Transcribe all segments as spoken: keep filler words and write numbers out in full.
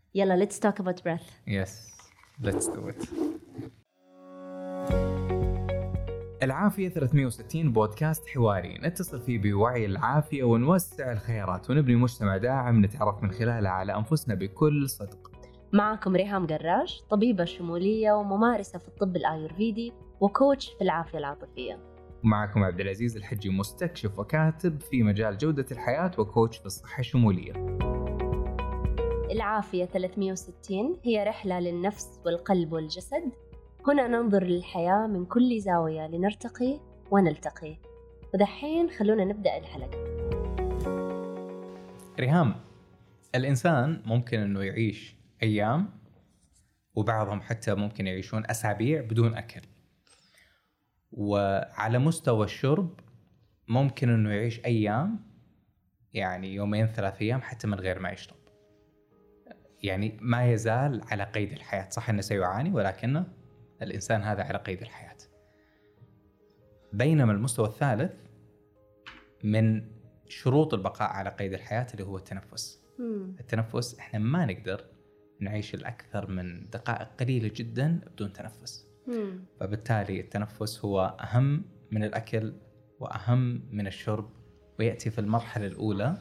يلا let's talk about breath. Yes, let's do it. العافية ثلاثمية وستين بودكاست حواري نتصل فيه بوعي العافية ونوسع الخيارات ونبني مجتمع داعم نتعرف من خلاله على أنفسنا بكل صدق. معكم ريهام قراش، طبيبة شمولية وممارسة في الطب الآيورفيدي وكوتش في العافية العاطفية. ومعكم عبد العزيز الحجي، مستكشف وكاتب في مجال جودة الحياة وكوتش في الصحة الشمولية. العافية ثلاثمية وستين هي رحلة للنفس والقلب والجسد. هنا ننظر للحياة من كل زاوية لنرتقي ونلتقي. ودحين خلونا نبدأ الحلقة. ريهام، الإنسان ممكن أنه يعيش أيام وبعضهم حتى ممكن يعيشون أسابيع بدون أكل، وعلى مستوى الشرب ممكن أنه يعيش أيام، يعني يومين ثلاث أيام حتى من غير ما يشرب. يعني ما يزال على قيد الحياة. صح أنه سيعاني، ولكن الإنسان هذا على قيد الحياة. بينما المستوى الثالث من شروط البقاء على قيد الحياة اللي هو التنفس. مم. التنفس إحنا ما نقدر نعيش الأكثر من دقائق قليلة جدا بدون تنفس. مم. فبالتالي التنفس هو أهم من الأكل وأهم من الشرب، ويأتي في المرحلة الأولى.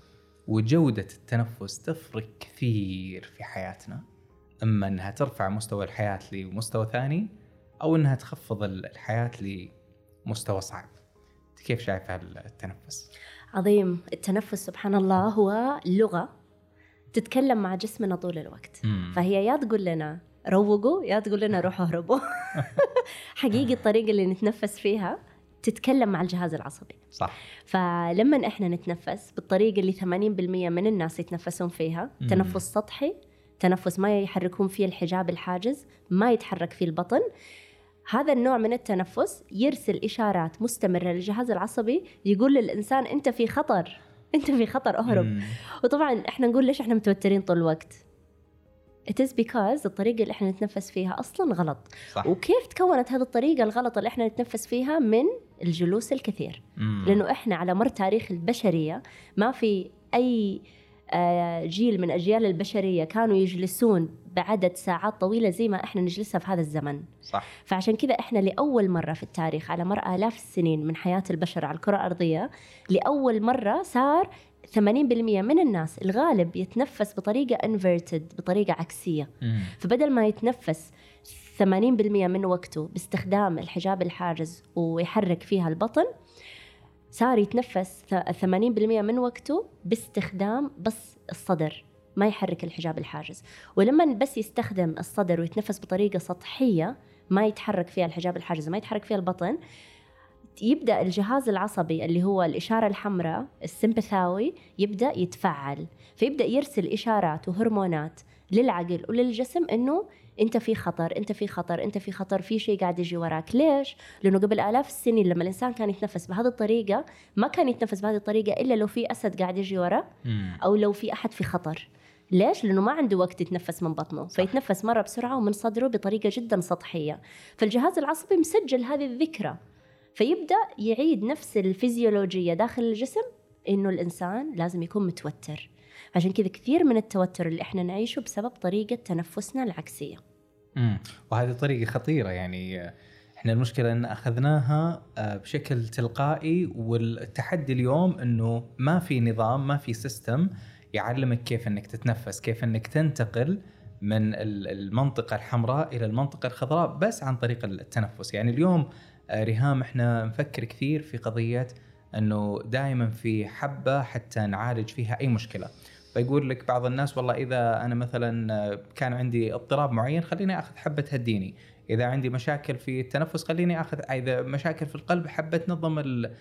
وجودة التنفس تفرق كثير في حياتنا، إما أنها ترفع مستوى الحياة لمستوى ثاني أو أنها تخفض الحياة لمستوى صعب. كيف شايف التنفس؟ عظيم. التنفس سبحان الله هو لغة تتكلم مع جسمنا طول الوقت. مم. فهي يا تقول لنا روقوا يا تقول لنا روحوا هربوا. حقيقي الطريقة اللي نتنفس فيها تتكلم مع الجهاز العصبي. صح. فلما إحنا نتنفس بالطريقة اللي ثمانين بالمية من الناس يتنفسون فيها، مم. تنفس سطحي، تنفس ما يحركون فيه الحجاب الحاجز، ما يتحرك فيه البطن، هذا النوع من التنفس يرسل إشارات مستمرة للجهاز العصبي يقول للإنسان أنت في خطر، أنت في خطر أهرب. مم. وطبعا إحنا نقول ليش إحنا متوترين طول الوقت؟ It is because الطريقة اللي إحنا نتنفس فيها أصلاً غلط. صح. وكيف تكونت هذه الطريقة الغلط اللي إحنا نتنفس فيها؟ من الجلوس الكثير. مم. لأنه إحنا على مر تاريخ البشرية ما في أي جيل من أجيال البشرية كانوا يجلسون بعدد ساعات طويلة زي ما إحنا نجلسها في هذا الزمن. صح. فعشان كذا إحنا لأول مرة في التاريخ على مر آلاف السنين من حياة البشر على الكرة الأرضية، لأول مرة صار ثمانين بالمية من الناس الغالب يتنفس بطريقة inverted، بطريقة عكسية. مم. فبدل ما يتنفس ثمانين بالمية من وقته باستخدام الحجاب الحاجز ويحرك فيها البطن، صار يتنفس ثمانين بالمية من وقته باستخدام بس الصدر، ما يحرك الحجاب الحاجز. ولما بس يستخدم الصدر ويتنفس بطريقة سطحية ما يتحرك فيها الحجاب الحاجز، ما يتحرك فيها البطن، يبدأ الجهاز العصبي اللي هو الإشارة الحمراء السمبثاوي يبدأ يتفعل، فيبدأ يرسل إشارات وهرمونات للعقل وللجسم إنه أنت في خطر، أنت في خطر، أنت في خطر، في شيء قاعد يجي وراك. ليش؟ لأنه قبل آلاف السنين لما الإنسان كان يتنفس بهذه الطريقة ما كان يتنفس بهذه الطريقة إلا لو في أسد قاعد يجي وراه أو لو في أحد في خطر. ليش؟ لأنه ما عنده وقت يتنفس من بطنه، فيتنفس مرة بسرعة ومن صدره بطريقة جدا سطحية. فالجهاز العصبي مسجل هذه الذكرى، فيبدأ يعيد نفس الفيزيولوجية داخل الجسم إنه الإنسان لازم يكون متوتر. عشان كذا كثير من التوتر اللي إحنا نعيشه بسبب طريقة تنفسنا العكسية. امم وهذه طريقة خطيرة. يعني إحنا المشكلة إن أخذناها بشكل تلقائي، والتحدي اليوم إنه ما في نظام، ما في سيستم يعلمك كيف إنك تتنفس، كيف إنك تنتقل من المنطقة الحمراء إلى المنطقة الخضراء بس عن طريق التنفس. يعني اليوم ريهام إحنا نفكر كثير في قضية أنه دائما في حبة حتى نعالج فيها أي مشكلة. فيقول لك بعض الناس والله إذا أنا مثلا كان عندي اضطراب معين خليني أخذ حبة هديني، إذا عندي مشاكل في التنفس خليني أخذ، إذا مشاكل في القلب حبة نظم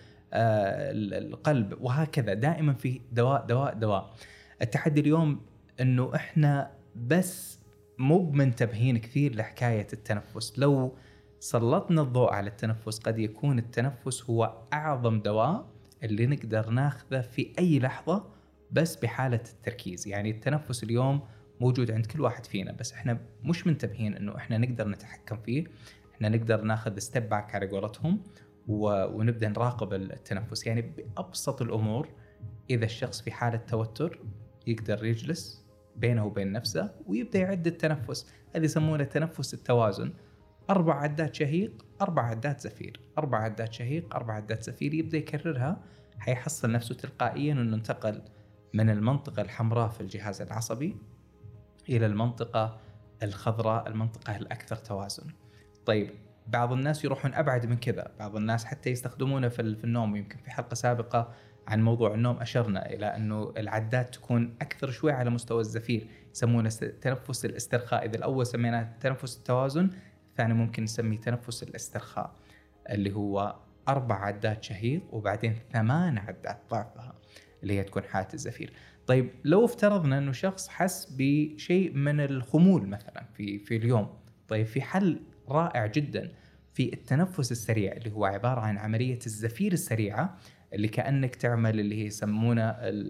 القلب، وهكذا دائما في دواء دواء دواء. التحدي اليوم أنه إحنا بس مو منتبهين كثير لحكاية التنفس. لو سلطنا الضوء على التنفس قد يكون التنفس هو أعظم دواء اللي نقدر ناخذه في أي لحظة بس بحالة التركيز. يعني التنفس اليوم موجود عند كل واحد فينا، بس إحنا مش منتبهين إنه إحنا نقدر نتحكم فيه. إحنا نقدر ناخذ ستيب باك على قولتهم ونبدأ نراقب التنفس. يعني بأبسط الأمور، إذا الشخص في حالة توتر يقدر يجلس بينه وبين نفسه ويبدأ يعد التنفس. هذا يسمونه تنفس التوازن. أربع عدات شهيق، أربع عدات زفير، أربع عدات شهيق، أربع عدات زفير. يبدأ يكررها، حيحصل نفسه تلقائيا أنه انتقل من المنطقة الحمراء في الجهاز العصبي إلى المنطقة الخضراء، المنطقة الأكثر توازن. طيب بعض الناس يروحون أبعد من كذا، بعض الناس حتى يستخدمونه في النوم. يمكن في حلقة سابقة عن موضوع النوم أشرنا إلى أنه العدات تكون أكثر شوي على مستوى الزفير، يسمونه تنفس الاسترخاء. إذا الأول سميناه تنفس التوازن، الثاني ممكن نسميه تنفس الاسترخاء، اللي هو أربع عدات شهيق وبعدين ثمان عدات ضعفها اللي هي تكون حالة الزفير. طيب لو افترضنا أنه شخص حس بشيء من الخمول مثلا في في اليوم، طيب في حل رائع جدا في التنفس السريع اللي هو عبارة عن عملية الزفير السريعة، اللي كأنك تعمل اللي هي يسمونه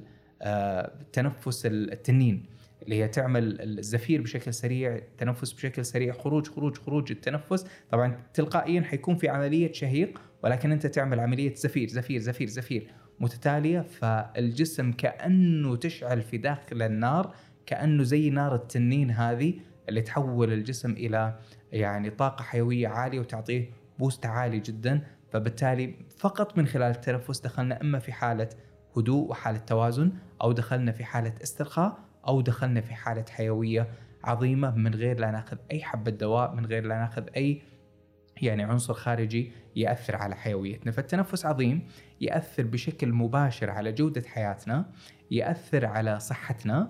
التنفس التنين، اللي هي تعمل الزفير بشكل سريع، تنفس بشكل سريع، خروج خروج خروج التنفس. طبعا تلقائيا حيكون في عملية شهيق، ولكن أنت تعمل عملية زفير زفير زفير زفير متتالية، فالجسم كأنه تشعل في داخل النار، كأنه زي نار التنين هذه اللي تحول الجسم إلى يعني طاقة حيوية عالية وتعطيه بوست عالي جدا. فبالتالي فقط من خلال التنفس دخلنا إما في حالة هدوء وحالة توازن، أو دخلنا في حالة استرخاء، أو دخلنا في حالة حيوية عظيمة من غير لا نأخذ أي حبة دواء، من غير لا نأخذ أي يعني عنصر خارجي يأثر على حيويتنا. فالتنفس عظيم، يأثر بشكل مباشر على جودة حياتنا، يأثر على صحتنا.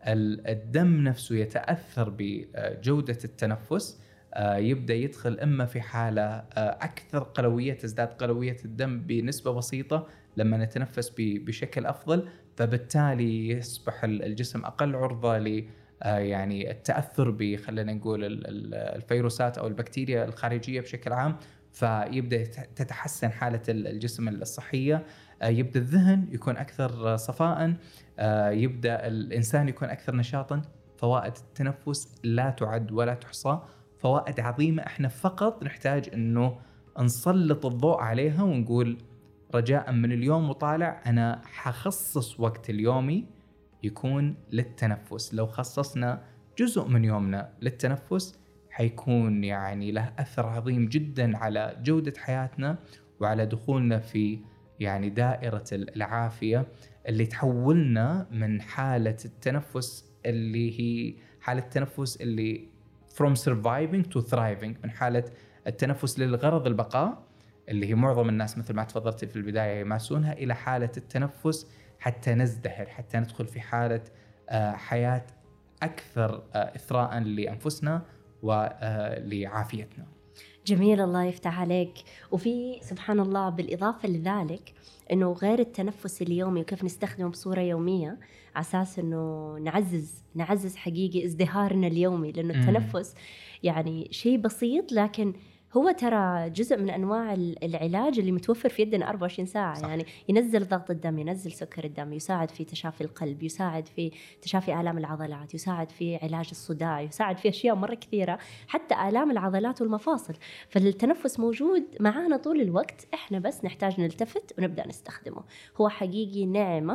الدم نفسه يتأثر بجودة التنفس، يبدأ يدخل إما في حالة أكثر قلوية، تزداد قلوية الدم بنسبة بسيطة لما نتنفس بشكل أفضل، فبالتالي يصبح الجسم أقل عرضة ل يعني التأثر بخلينا نقول الفيروسات أو البكتيريا الخارجية بشكل عام، فيبدأ تتحسن حالة الجسم الصحية. يبدأ الذهن يكون أكثر صفاء، يبدأ الإنسان يكون أكثر نشاطا. فوائد التنفس لا تعد ولا تحصى، فوائد عظيمة. احنا فقط نحتاج انه نسلط الضوء عليها ونقول رجاء من اليوم وطالع انا حخصص وقت اليومي يكون للتنفس. لو خصصنا جزء من يومنا للتنفس حيكون يعني له أثر عظيم جدا على جودة حياتنا وعلى دخولنا في يعني دائرة العافية اللي تحولنا من حالة التنفس اللي هي حالة التنفس اللي from surviving to thriving، من حالة التنفس للغرض البقاء اللي هي معظم الناس مثل ما تفضلت في البداية يمارسونها، إلى حالة التنفس حتى نزدهر، حتى ندخل في حالة حياة أكثر إثراء لأنفسنا ولعافيتنا. جميل، الله يفتح عليك. وفي سبحان الله بالإضافة لذلك إنه غير التنفس اليومي وكيف نستخدمه بصورة يومية على أساس إنه نعزز نعزز حقيقي ازدهارنا اليومي، لأنه التنفس يعني شيء بسيط لكن هو ترى جزء من أنواع العلاج اللي متوفر في يدنا أربعة وعشرين ساعة. صح. يعني ينزل ضغط الدم، ينزل سكر الدم، يساعد في تشافي القلب، يساعد في تشافي آلام العضلات، يساعد في علاج الصداع، يساعد في أشياء مرة كثيرة، حتى آلام العضلات والمفاصل. فالتنفس موجود معانا طول الوقت، إحنا بس نحتاج نلتفت ونبدأ نستخدمه. هو حقيقي نعمة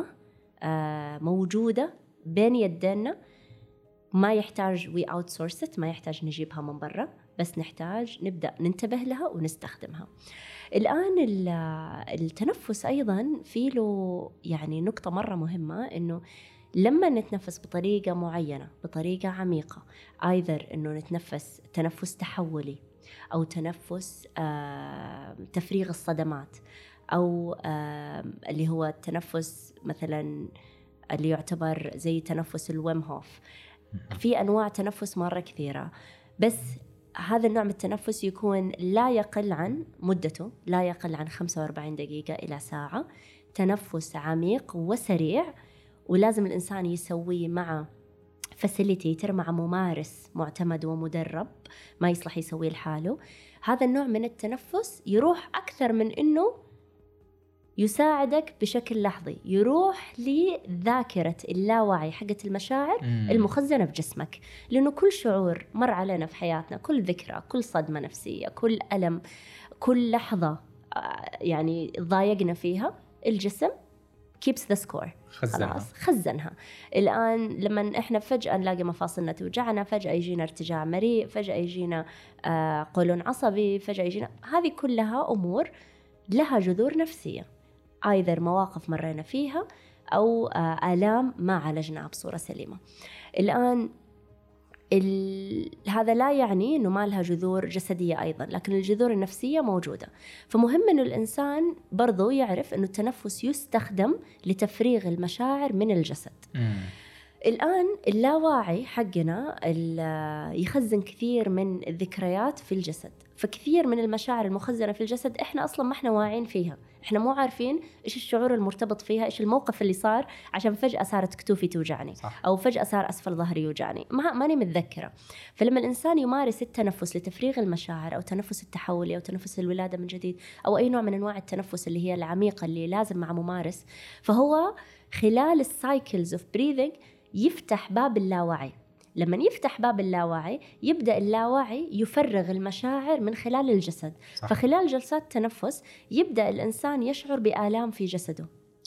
موجودة بين يدينا، ما يحتاج we outsource it، ما يحتاج نجيبها من برا، بس نحتاج نبدأ ننتبه لها ونستخدمها. الآن التنفس أيضا في له يعني نقطة مرة مهمة، إنه لما نتنفس بطريقة معينة، بطريقة عميقة، either إنه نتنفس تنفس تحولي أو تنفس تفريغ الصدمات، أو اللي هو التنفس مثلا اللي يعتبر زي تنفس الويم هوف. في أنواع تنفس مرة كثيرة، بس هذا النوع من التنفس يكون لا يقل عن مدته لا يقل عن خمسة وأربعين دقيقة إلى ساعة، تنفس عميق وسريع، ولازم الإنسان يسويه مع فاسيليتيتر، مع ممارس معتمد ومدرب، ما يصلح يسويه لحاله. هذا النوع من التنفس يروح أكثر من إنه يساعدك بشكل لحظي، يروح لذاكرة اللاوعي حقة المشاعر مم. المخزنة بجسمك، لأنه كل شعور مر علينا في حياتنا، كل ذكرى، كل صدمة نفسية، كل ألم، كل لحظة يعني ضايقنا فيها، الجسم keeps the score. خزنها. خلاص خزنها. الآن لما إحنا فجأة نلاقي مفاصلنا توجعنا، فجأة يجينا ارتجاع مريء، فجأة يجينا آه قولون عصبي، فجأة يجينا، هذه كلها أمور لها جذور نفسية، either مواقف مرينا فيها أو آه آلام ما عالجناها بصورة سليمة. الآن ال... هذا لا يعني أنه ما لها جذور جسدية أيضا، لكن الجذور النفسية موجودة. فمهم أنه الإنسان برضو يعرف أنه التنفس يستخدم لتفريغ المشاعر من الجسد. مم. الآن اللاواعي حقنا يخزن كثير من الذكريات في الجسد، فكثير من المشاعر المخزنة في الجسد إحنا أصلا ما إحنا واعين فيها، إحنا مو عارفين إيش الشعور المرتبط فيها، إيش الموقف اللي صار عشان فجأة صارت كتوفي توجعني، صح. أو فجأة صار أسفل ظهري يوجعني، ما ماني متذكرة. فلما الإنسان يمارس التنفس لتفريغ المشاعر، أو تنفس التحولي، أو تنفس الولادة من جديد، أو أي نوع من أنواع التنفس اللي هي العميقة اللي لازم مع ممارس، فهو خلال السايكلز اوف بريذنج يفتح باب اللاوعي. لما يفتح باب اللاوعي يبدأ اللاوعي يفرغ المشاعر من خلال الجسد. صح. فخلال جلسات تنفس يبدأ الإنسان يشعر بآلام في جسده،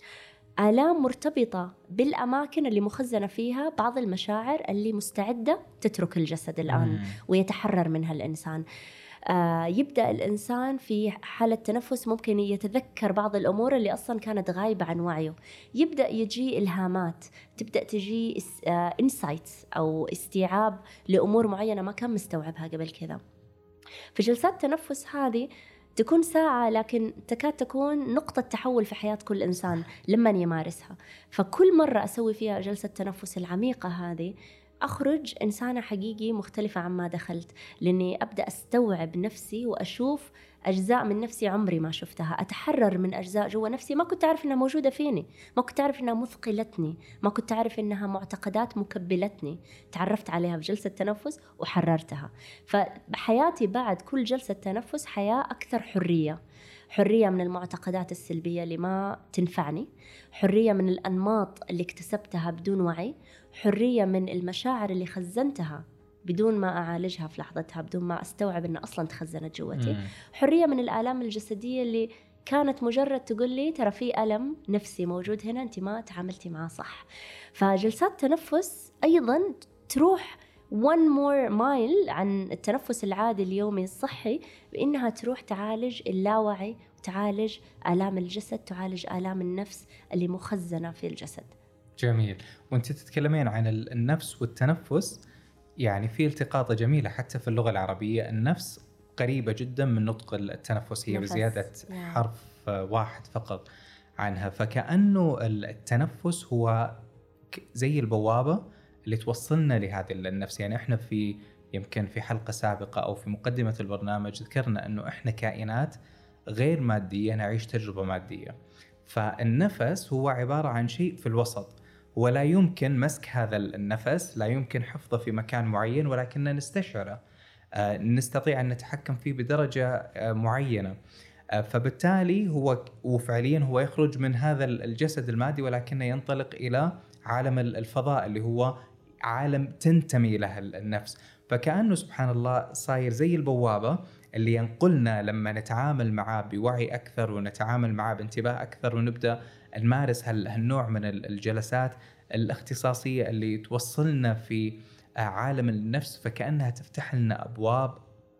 آلام مرتبطة بالأماكن اللي مخزنة فيها بعض المشاعر اللي مستعدة تترك الجسد الآن مم. ويتحرر منها الإنسان. آه يبدأ الإنسان في حالة تنفس ممكن يتذكر بعض الأمور اللي أصلا كانت غايبة عن وعيه، يبدأ يجي إلهامات، تبدأ تجي آه إنسايتس أو استيعاب لأمور معينة ما كان مستوعبها قبل كذا. في جلسات تنفس هذه تكون ساعة، لكن تكاد تكون نقطة تحول في حياة كل إنسان لما يمارسها. فكل مرة أسوي فيها جلسة تنفس العميقة هذه أخرج إنسانة حقيقي مختلفة عما دخلت، لأني أبدأ أستوعب نفسي وأشوف أجزاء من نفسي عمري ما شفتها، أتحرر من أجزاء جوا نفسي ما كنت أعرف إنها موجودة فيني، ما كنت أعرف إنها مثقلتني، ما كنت أعرف إنها معتقدات مكبلتني، تعرفت عليها في جلسة تنفس وحررتها. فحياتي بعد كل جلسة تنفس حياة أكثر حرية، حرية من المعتقدات السلبية اللي ما تنفعني، حرية من الأنماط اللي اكتسبتها بدون وعي، حرية من المشاعر اللي خزنتها بدون ما أعالجها في لحظتها، بدون ما أستوعب أنها أصلا تخزنت جوتي، حرية من الآلام الجسدية اللي كانت مجرد تقول لي ترى في ألم نفسي موجود هنا أنت ما تعاملتي معه صح. فجلسات تنفس أيضا تروح one more mile عن التنفس العادي اليومي الصحي، بأنها تروح تعالج اللاوعي وتعالج آلام الجسد، تعالج آلام النفس اللي مخزنة في الجسد. جميل. وانت تتكلمين عن النفس والتنفس، يعني في التقاطة جميلة حتى في اللغة العربية، النفس قريبة جدا من نطق التنفس، هي بزيادة حرف واحد فقط عنها. فكأنه التنفس هو زي البوابة اللي توصلنا لهذه النفس. يعني احنا في يمكن في حلقة سابقة أو في مقدمة البرنامج ذكرنا أنه احنا كائنات غير مادية نعيش تجربة مادية، فالنفس هو عبارة عن شيء في الوسط، ولا يمكن مسك هذا النفس، لا يمكن حفظه في مكان معين، ولكننا نستشعره، آه نستطيع أن نتحكم فيه بدرجة آه معينة. آه فبالتالي هو وفعليا هو يخرج من هذا الجسد المادي، ولكنه ينطلق إلى عالم الفضاء اللي هو عالم تنتمي له النفس. فكأنه سبحان الله صاير زي البوابة اللي ينقلنا لما نتعامل معاه بوعي أكثر ونتعامل معاه بانتباه أكثر، ونبدأ نمارس هالنوع من الجلسات الاختصاصية اللي توصلنا في عالم النفس. فكأنها تفتح لنا أبواب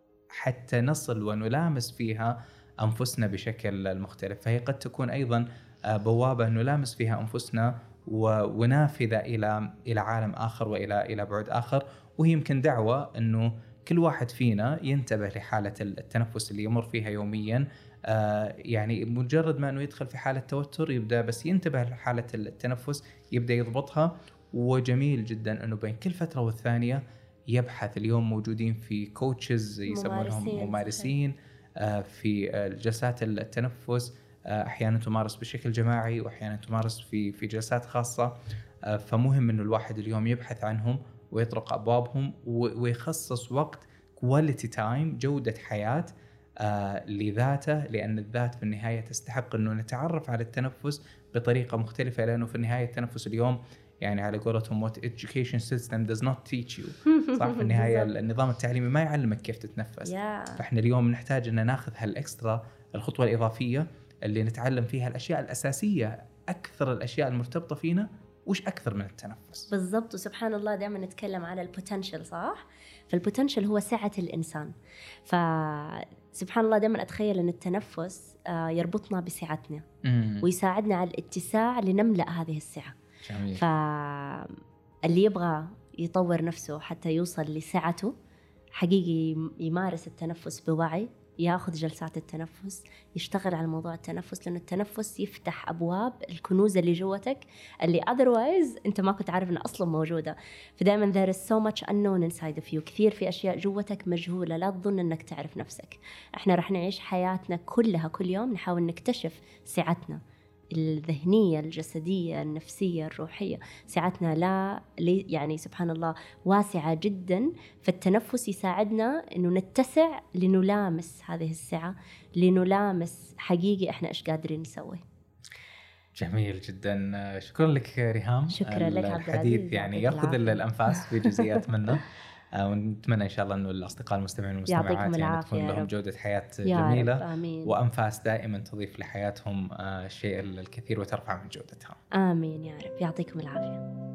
حتى نصل ونلامس فيها أنفسنا بشكل مختلف. فهي قد تكون أيضا بوابة نلامس فيها أنفسنا ونافذة إلى إلى عالم آخر وإلى إلى بعد آخر. وهي يمكن دعوة إنه كل واحد فينا ينتبه لحالة التنفس اللي يمر فيها يوميا. آه يعني مجرد ما أنه يدخل في حالة توتر يبدأ بس ينتبه لحالة التنفس، يبدأ يضبطها. وجميل جدا أنه بين كل فترة والثانية يبحث. اليوم موجودين في كوتشز يسمونهم ممارسين, ممارسين آه في جلسات التنفس، آه أحيانا تمارس بشكل جماعي وأحيانا تمارس في في جلسات خاصة. آه فمهم أنه الواحد اليوم يبحث عنهم ويطرق أبوابهم ويخصص وقت quality time، جودة حياة آه لذاته، لأن الذات في النهاية تستحق أنه نتعرف على التنفس بطريقة مختلفة، لأنه في النهاية التنفس اليوم يعني على قولتهم what education system does not teach you. صح، في النهاية النظام التعليمي ما يعلمك كيف تتنفس. yeah. فإحنا اليوم نحتاج أن ناخذ هالإكسترا، الخطوة الإضافية اللي نتعلم فيها الأشياء الأساسية أكثر الأشياء المرتبطة فينا وش أكثر من التنفس. بالضبط. وسبحان الله دائما نتكلم على البوتنشل، صح؟ فالبوتنشل هو سعة الإنسان. فسبحان الله دائما أتخيل أن التنفس يربطنا بسعتنا مم. ويساعدنا على الاتساع لنملأ هذه السعة. جميل. فاللي يبغى يطور نفسه حتى يوصل لسعته حقيقي يمارس التنفس بوعي، ياخذ جلسات التنفس، يشتغل على موضوع التنفس، لأن التنفس يفتح أبواب الكنوز اللي جوتك اللي otherwise أنت ما كنت عارف أنها أصلا موجودة. فدائما there is so much unknown inside of you، كثير في أشياء جوتك مجهولة، لا تظن أنك تعرف نفسك. إحنا رح نعيش حياتنا كلها كل يوم نحاول نكتشف سعتنا الذهنية، الجسدية، النفسية، الروحية. سعتنا لا يعني سبحان الله واسعة جدا. فالتنفس يساعدنا إنه نتسع لنلامس هذه السعة، لنلامس حقيقي إحنا إيش قادرين نسوي. جميل جدا. شكرا لك ريهام. شكرا لك عبد الحديث يعني يأخذ الأنفاس في جزئيات منه. ونتمنى إن شاء الله إنه الأصدقاء المستمعين والمستمعات يعني تكون لهم جودة حياة جميلة وأنفاس دائما تضيف لحياتهم الشيء الكثير وترفع من جودتها. آمين يا رب. يعطيكم العافية.